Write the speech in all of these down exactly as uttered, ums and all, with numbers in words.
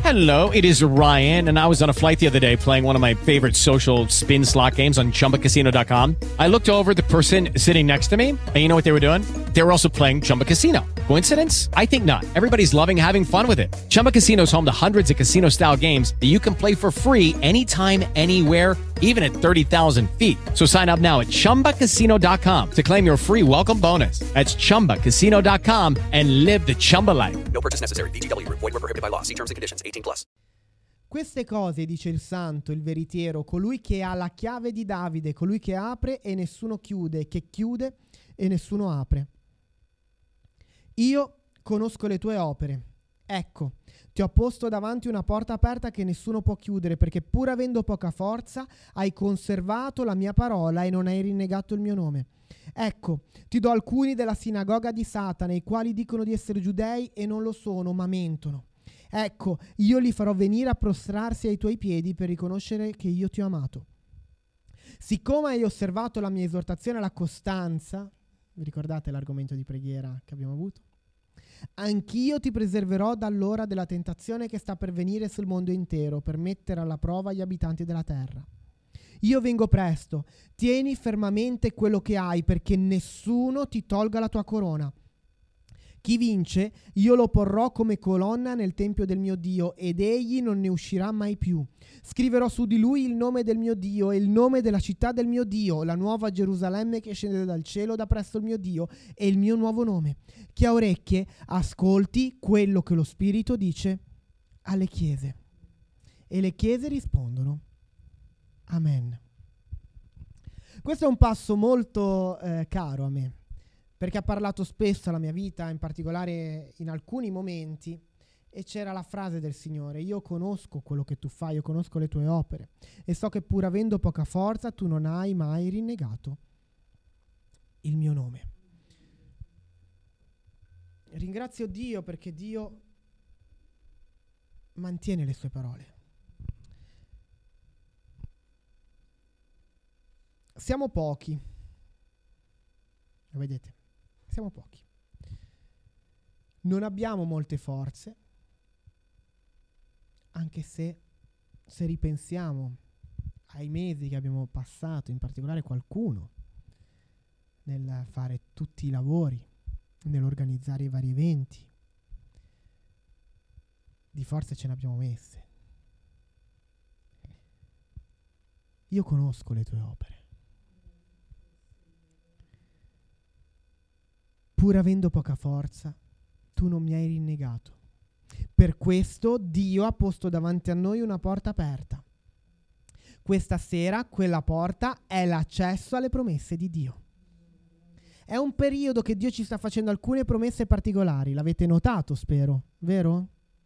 Hello, it is Ryan, and I was on a flight the other day playing one of my favorite social spin slot games on Chumba Casino dot com. I looked over at the person sitting next to me, and you know what they were doing? They were also playing Chumba Casino. Coincidence? I think not. Everybody's loving having fun with it. Chumba Casino is home to hundreds of casino-style games that you can play for free anytime, anywhere, even at thirty thousand feet. So sign up now at Chumba Casino dot com to claim your free welcome bonus. That's Chumba Casino dot com and live the Chumba life. No purchase necessary. V G W. Void where prohibited by law. See terms and conditions. eighteen plus. Queste cose dice il santo, il veritiero, colui che ha la chiave di Davide, colui che apre e nessuno chiude, che chiude e nessuno apre. Io conosco le tue opere. Ecco, ti ho posto davanti una porta aperta che nessuno può chiudere, perché pur avendo poca forza hai conservato la mia parola e non hai rinnegato il mio nome. Ecco, ti do alcuni della sinagoga di Satana, i quali dicono di essere giudei e non lo sono, ma mentono. Ecco, io li farò venire a prostrarsi ai tuoi piedi per riconoscere che io ti ho amato. Siccome hai osservato la mia esortazione alla costanza, vi ricordate l'argomento di preghiera che abbiamo avuto? Anch'io ti preserverò dall'ora della tentazione che sta per venire sul mondo intero, per mettere alla prova gli abitanti della terra. Io vengo presto, tieni fermamente quello che hai, perché nessuno ti tolga la tua corona. Chi vince, io lo porrò come colonna nel tempio del mio Dio, ed egli non ne uscirà mai più. Scriverò su di lui il nome del mio Dio e il nome della città del mio Dio, la nuova Gerusalemme che scende dal cielo da presso il mio Dio, e il mio nuovo nome. Chi ha orecchie, ascolti quello che lo Spirito dice alle chiese. E le chiese rispondono: Amen. Questo è un passo molto eh, caro a me, perché ha parlato spesso alla mia vita, in particolare in alcuni momenti, e c'era la frase del Signore: io conosco quello che tu fai, io conosco le tue opere, e so che pur avendo poca forza tu non hai mai rinnegato il mio nome. Ringrazio Dio perché Dio mantiene le sue parole. Siamo pochi, lo vedete? Siamo pochi. Non abbiamo molte forze, anche se se ripensiamo ai mesi che abbiamo passato, in particolare qualcuno, nel fare tutti i lavori, nell'organizzare i vari eventi, di forze ce ne abbiamo messe. Io conosco le tue opere. Pur avendo poca forza, tu non mi hai rinnegato. Per questo Dio ha posto davanti a noi una porta aperta. Questa sera quella porta è l'accesso alle promesse di Dio. È un periodo che Dio ci sta facendo alcune promesse particolari. L'avete notato, spero, vero?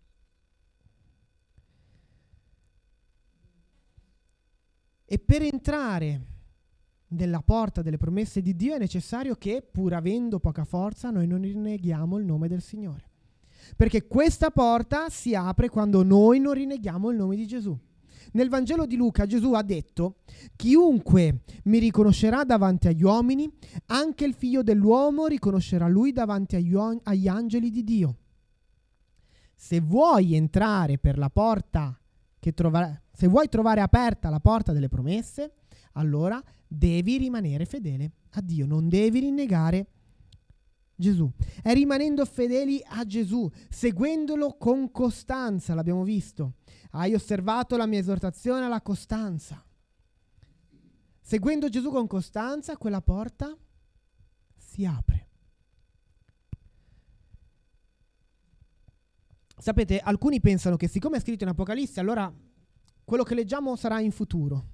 E per entrare nella porta delle promesse di Dio è necessario che, pur avendo poca forza, noi non rinneghiamo il nome del Signore. Perché questa porta si apre quando noi non rinneghiamo il nome di Gesù. Nel Vangelo di Luca Gesù ha detto: chiunque mi riconoscerà davanti agli uomini, anche il figlio dell'uomo riconoscerà lui davanti agli, uo- agli angeli di Dio. Se vuoi entrare per la porta che trovare, se vuoi trovare aperta la porta delle promesse, allora devi rimanere fedele a Dio, non devi rinnegare Gesù. È rimanendo fedeli a Gesù, seguendolo con costanza, l'abbiamo visto. Hai osservato la mia esortazione alla costanza. Seguendo Gesù con costanza, quella porta si apre. Sapete, alcuni pensano che siccome è scritto in Apocalisse, allora quello che leggiamo sarà in futuro.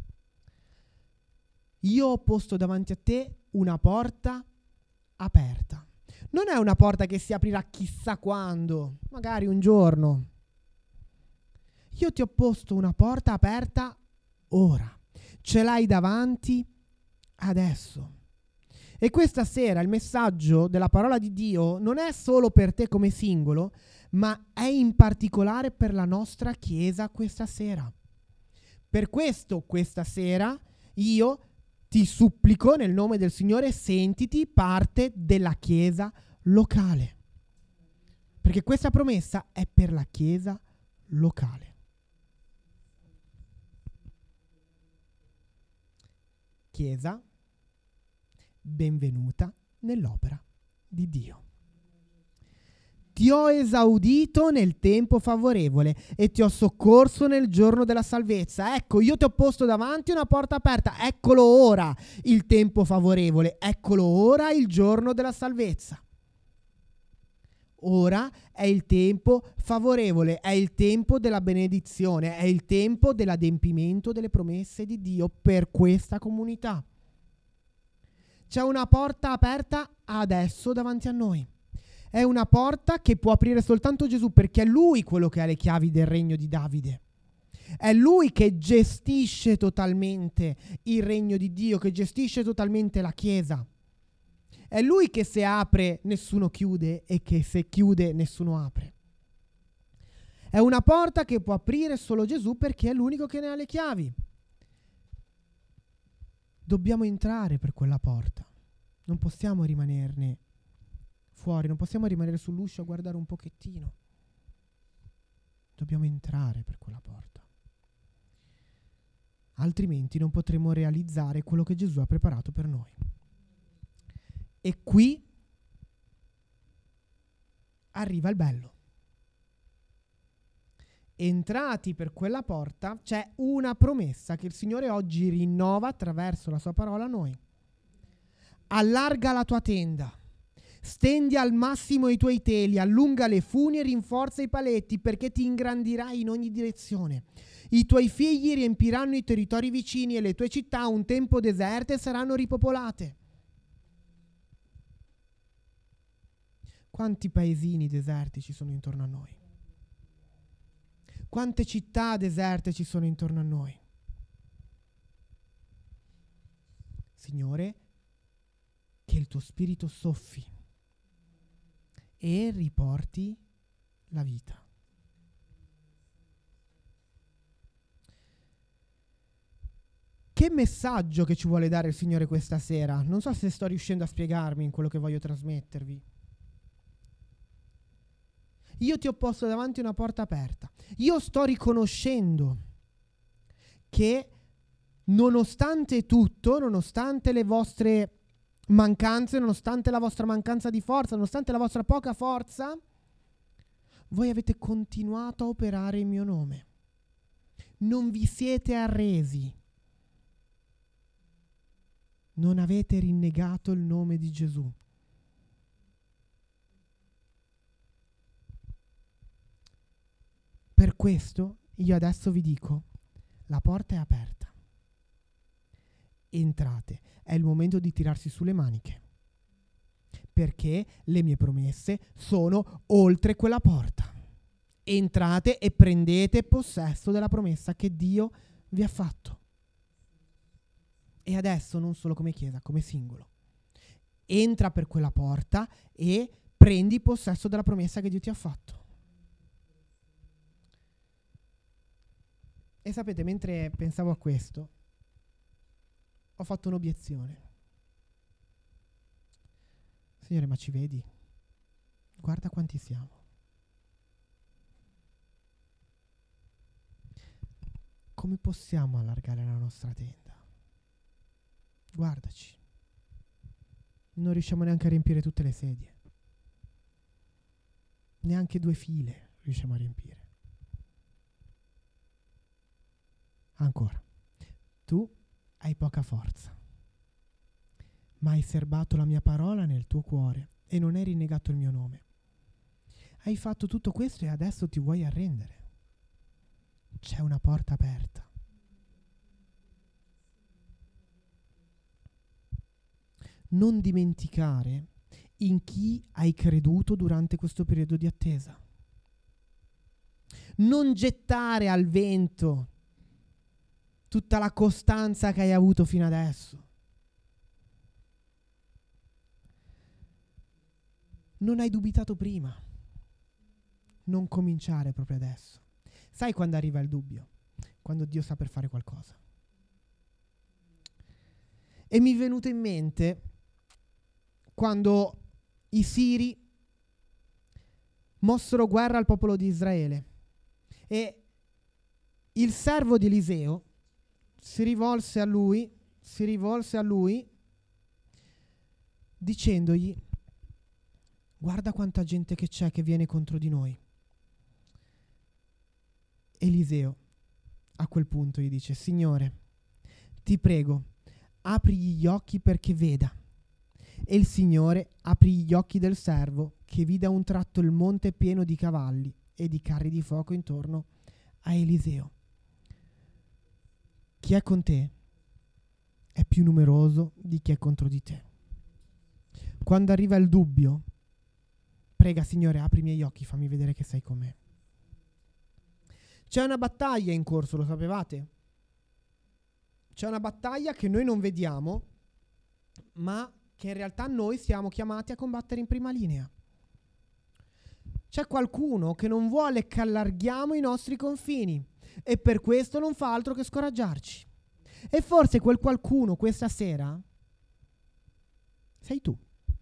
Io ho posto davanti a te una porta aperta. Non è una porta che si aprirà chissà quando, magari un giorno. Io ti ho posto una porta aperta ora. Ce l'hai davanti adesso. E questa sera il messaggio della parola di Dio non è solo per te come singolo, ma è in particolare per la nostra Chiesa questa sera. Per questo questa sera io ti supplico nel nome del Signore, sentiti parte della Chiesa locale. Perché questa promessa è per la Chiesa locale. Chiesa, benvenuta nell'opera di Dio. Ti ho esaudito nel tempo favorevole e ti ho soccorso nel giorno della salvezza. Ecco, io ti ho posto davanti una porta aperta. Eccolo ora il tempo favorevole. Eccolo ora il giorno della salvezza. Ora è il tempo favorevole, è il tempo della benedizione, è il tempo dell'adempimento delle promesse di Dio per questa comunità. C'è una porta aperta adesso davanti a noi. È una porta che può aprire soltanto Gesù, perché è Lui quello che ha le chiavi del regno di Davide. È Lui che gestisce totalmente il regno di Dio, che gestisce totalmente la Chiesa. È Lui che se apre nessuno chiude e che se chiude nessuno apre. È una porta che può aprire solo Gesù perché è l'unico che ne ha le chiavi. Dobbiamo entrare per quella porta. Non possiamo rimanerne fuori, non possiamo rimanere sull'uscio a guardare un pochettino. Dobbiamo entrare per quella porta. Altrimenti non potremo realizzare quello che Gesù ha preparato per noi. E qui arriva il bello. Entrati per quella porta c'è una promessa che il Signore oggi rinnova attraverso la sua parola a noi. Allarga la tua tenda, stendi al massimo i tuoi teli, allunga le funi e rinforza i paletti, perché ti ingrandirai in ogni direzione. I tuoi figli riempiranno i territori vicini e le tue città, un tempo deserte, saranno ripopolate. Quanti paesini deserti ci sono intorno a noi? Quante città deserte ci sono intorno a noi? Signore, che il tuo spirito soffi e riporti la vita. Che messaggio che ci vuole dare il Signore questa sera? Non so se sto riuscendo a spiegarmi in quello che voglio trasmettervi. Io ti ho posto davanti una porta aperta. Io sto riconoscendo che nonostante tutto, nonostante le vostre mancanze, nonostante la vostra mancanza di forza, nonostante la vostra poca forza, voi avete continuato a operare in mio nome. Non vi siete arresi. Non avete rinnegato il nome di Gesù. Per questo io adesso vi dico, la porta è aperta. Entrate, è il momento di tirarsi sulle maniche, perché le mie promesse sono oltre quella porta. Entrate e prendete possesso della promessa che Dio vi ha fatto. E adesso non solo come Chiesa, come singolo. Entra per quella porta e prendi possesso della promessa che Dio ti ha fatto. E sapete, mentre pensavo a questo, ho fatto un'obiezione. Signore, ma ci vedi? Guarda quanti siamo. Come possiamo allargare la nostra tenda? Guardaci. Non riusciamo neanche a riempire tutte le sedie. Neanche due file riusciamo a riempire. Ancora, tu hai poca forza, ma hai serbato la mia parola nel tuo cuore e non hai rinnegato il mio nome. Hai fatto tutto questo e adesso ti vuoi arrendere. C'è una porta aperta. Non dimenticare in chi hai creduto durante questo periodo di attesa. Non gettare al vento tutta la costanza che hai avuto fino adesso. Non hai dubitato prima. Non cominciare proprio adesso. Sai quando arriva il dubbio? Quando Dio sta per fare qualcosa. E mi è venuto in mente quando i Siri mossero guerra al popolo di Israele E il servo di Eliseo si rivolse a lui, si rivolse a lui dicendogli: guarda quanta gente che c'è che viene contro di noi. Eliseo a quel punto gli dice: Signore, ti prego, apri gli occhi perché veda. E il Signore aprì gli occhi del servo, che vide a un tratto il monte pieno di cavalli e di carri di fuoco intorno a Eliseo. Chi è con te è più numeroso di chi è contro di te. Quando arriva il dubbio, prega: Signore, apri i miei occhi, fammi vedere che sei con me. C'è una battaglia in corso, lo sapevate? C'è una battaglia che noi non vediamo, ma che in realtà noi siamo chiamati a combattere in prima linea. C'è qualcuno che non vuole che allarghiamo i nostri confini e per questo non fa altro che scoraggiarci. E forse quel qualcuno questa sera sei tu.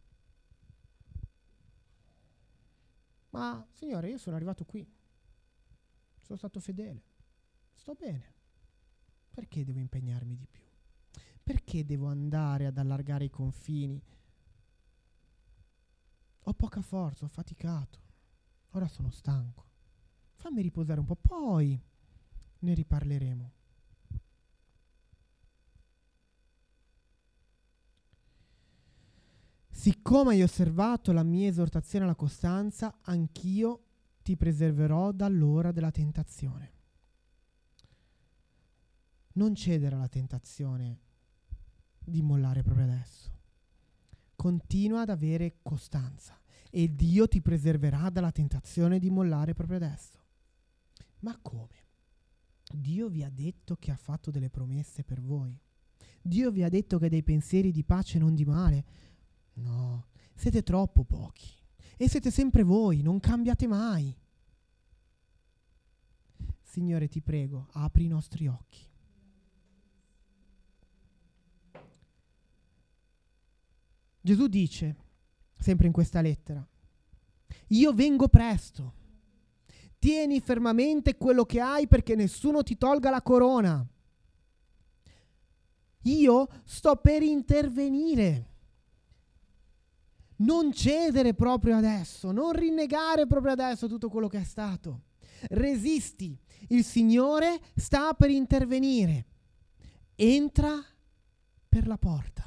Ma Signore, io sono arrivato qui, sono stato fedele, sto bene. Perché devo impegnarmi di più? Perché devo andare ad allargare i confini? Ho poca forza, ho faticato, ora sono stanco. Fammi riposare un po', poi ne riparleremo. Siccome hai osservato la mia esortazione alla costanza, anch'io ti preserverò dall'ora della tentazione. Non cedere alla tentazione di mollare proprio adesso. Continua ad avere costanza e Dio ti preserverà dalla tentazione di mollare proprio adesso. Ma come? Dio vi ha detto che ha fatto delle promesse per voi. Dio vi ha detto che ha dei pensieri di pace e non di male. No, siete troppo pochi e siete sempre voi, non cambiate mai. Signore, ti prego, apri i nostri occhi. Gesù dice, sempre in questa lettera: io vengo presto. Tieni fermamente quello che hai perché nessuno ti tolga la corona. Io sto per intervenire. Non cedere proprio adesso, non rinnegare proprio adesso tutto quello che è stato. Resisti, il Signore sta per intervenire. Entra per la porta.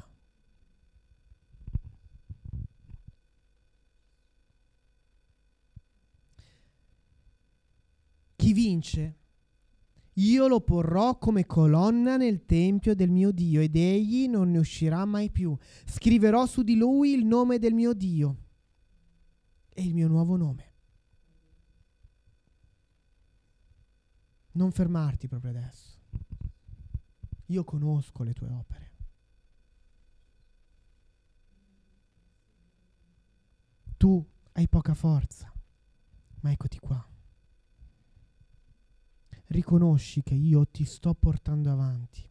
Chi vince, io lo porrò come colonna nel tempio del mio Dio ed egli non ne uscirà mai più. Scriverò su di lui il nome del mio Dio e il mio nuovo nome. Non fermarti proprio adesso. Io conosco le tue opere. Tu hai poca forza, ma eccoti qua. Riconosci che io ti sto portando avanti.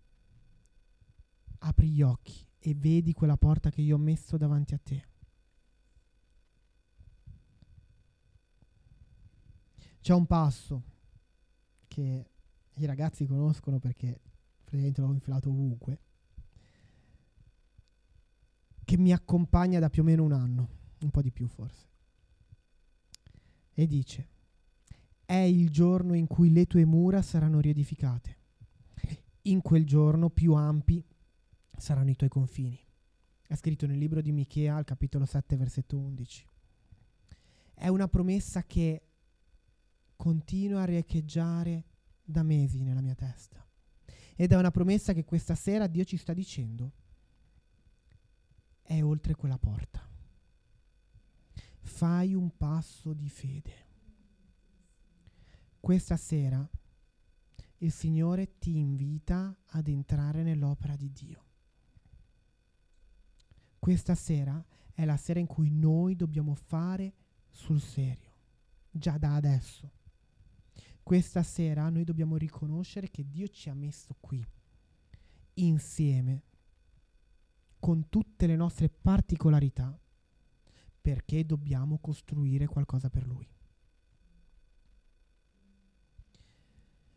Apri gli occhi e vedi quella porta che io ho messo davanti a te. C'è un passo che i ragazzi conoscono perché praticamente l'ho infilato ovunque, che mi accompagna da più o meno un anno, un po' di più forse. E dice: è il giorno in cui le tue mura saranno riedificate. In quel giorno più ampi saranno i tuoi confini. È scritto nel libro di Michea, al capitolo sette, versetto undici. È una promessa che continua a riecheggiare da mesi nella mia testa. Ed è una promessa che questa sera Dio ci sta dicendo: è oltre quella porta. Fai un passo di fede. Questa sera il Signore ti invita ad entrare nell'opera di Dio. Questa sera è la sera in cui noi dobbiamo fare sul serio, già da adesso. Questa sera noi dobbiamo riconoscere che Dio ci ha messo qui, insieme, con tutte le nostre particolarità, perché dobbiamo costruire qualcosa per Lui.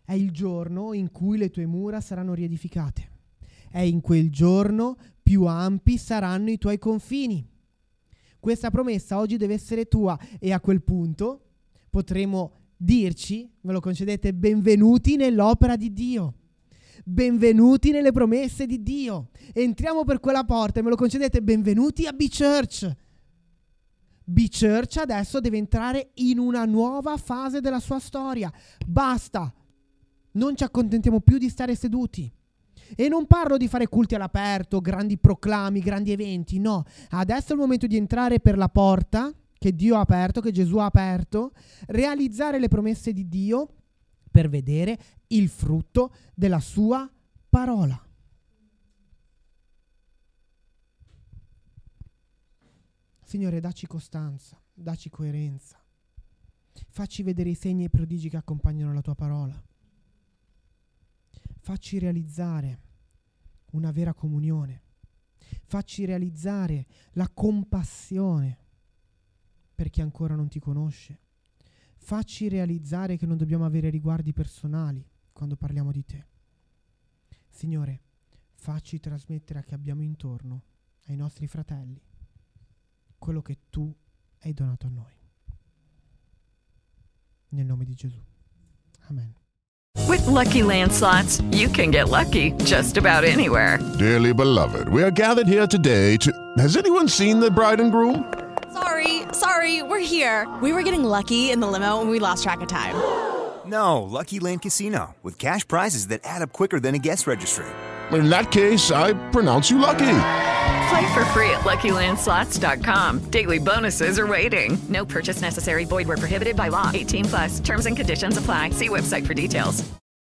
È il giorno in cui le tue mura saranno riedificate. È in quel giorno più ampi saranno i tuoi confini. Questa promessa oggi deve essere tua e a quel punto potremo dirci, me lo concedete, benvenuti nell'opera di Dio. Benvenuti nelle promesse di Dio. Entriamo per quella porta e me lo concedete, benvenuti a B-Church. B-Church adesso deve entrare in una nuova fase della sua storia. Basta. Non ci accontentiamo più di stare seduti. E non parlo di fare culti all'aperto, grandi proclami, grandi eventi, no. Adesso è il momento di entrare per la porta che Dio ha aperto, che Gesù ha aperto, realizzare le promesse di Dio per vedere il frutto della sua parola. Signore, dacci costanza, dacci coerenza. Facci vedere i segni e i prodigi che accompagnano la tua parola. Facci realizzare una vera comunione. Facci realizzare la compassione per chi ancora non ti conosce. Facci realizzare che non dobbiamo avere riguardi personali quando parliamo di te. Signore, facci trasmettere a chi abbiamo intorno, ai nostri fratelli, quello che tu hai donato a noi. Nel nome di Gesù. Amen. With Lucky Land Slots, you can get lucky just about anywhere. Dearly beloved, we are gathered here today to... Has anyone seen the bride and groom? Sorry, sorry, we're here. We were getting lucky in the limo and we lost track of time. No, Lucky Land Casino, with cash prizes that add up quicker than a guest registry. In that case, I pronounce you lucky. Play for free at Lucky Land Slots dot com. Daily bonuses are waiting. No purchase necessary. Void where prohibited by law. eighteen plus. Terms and conditions apply. See website for details.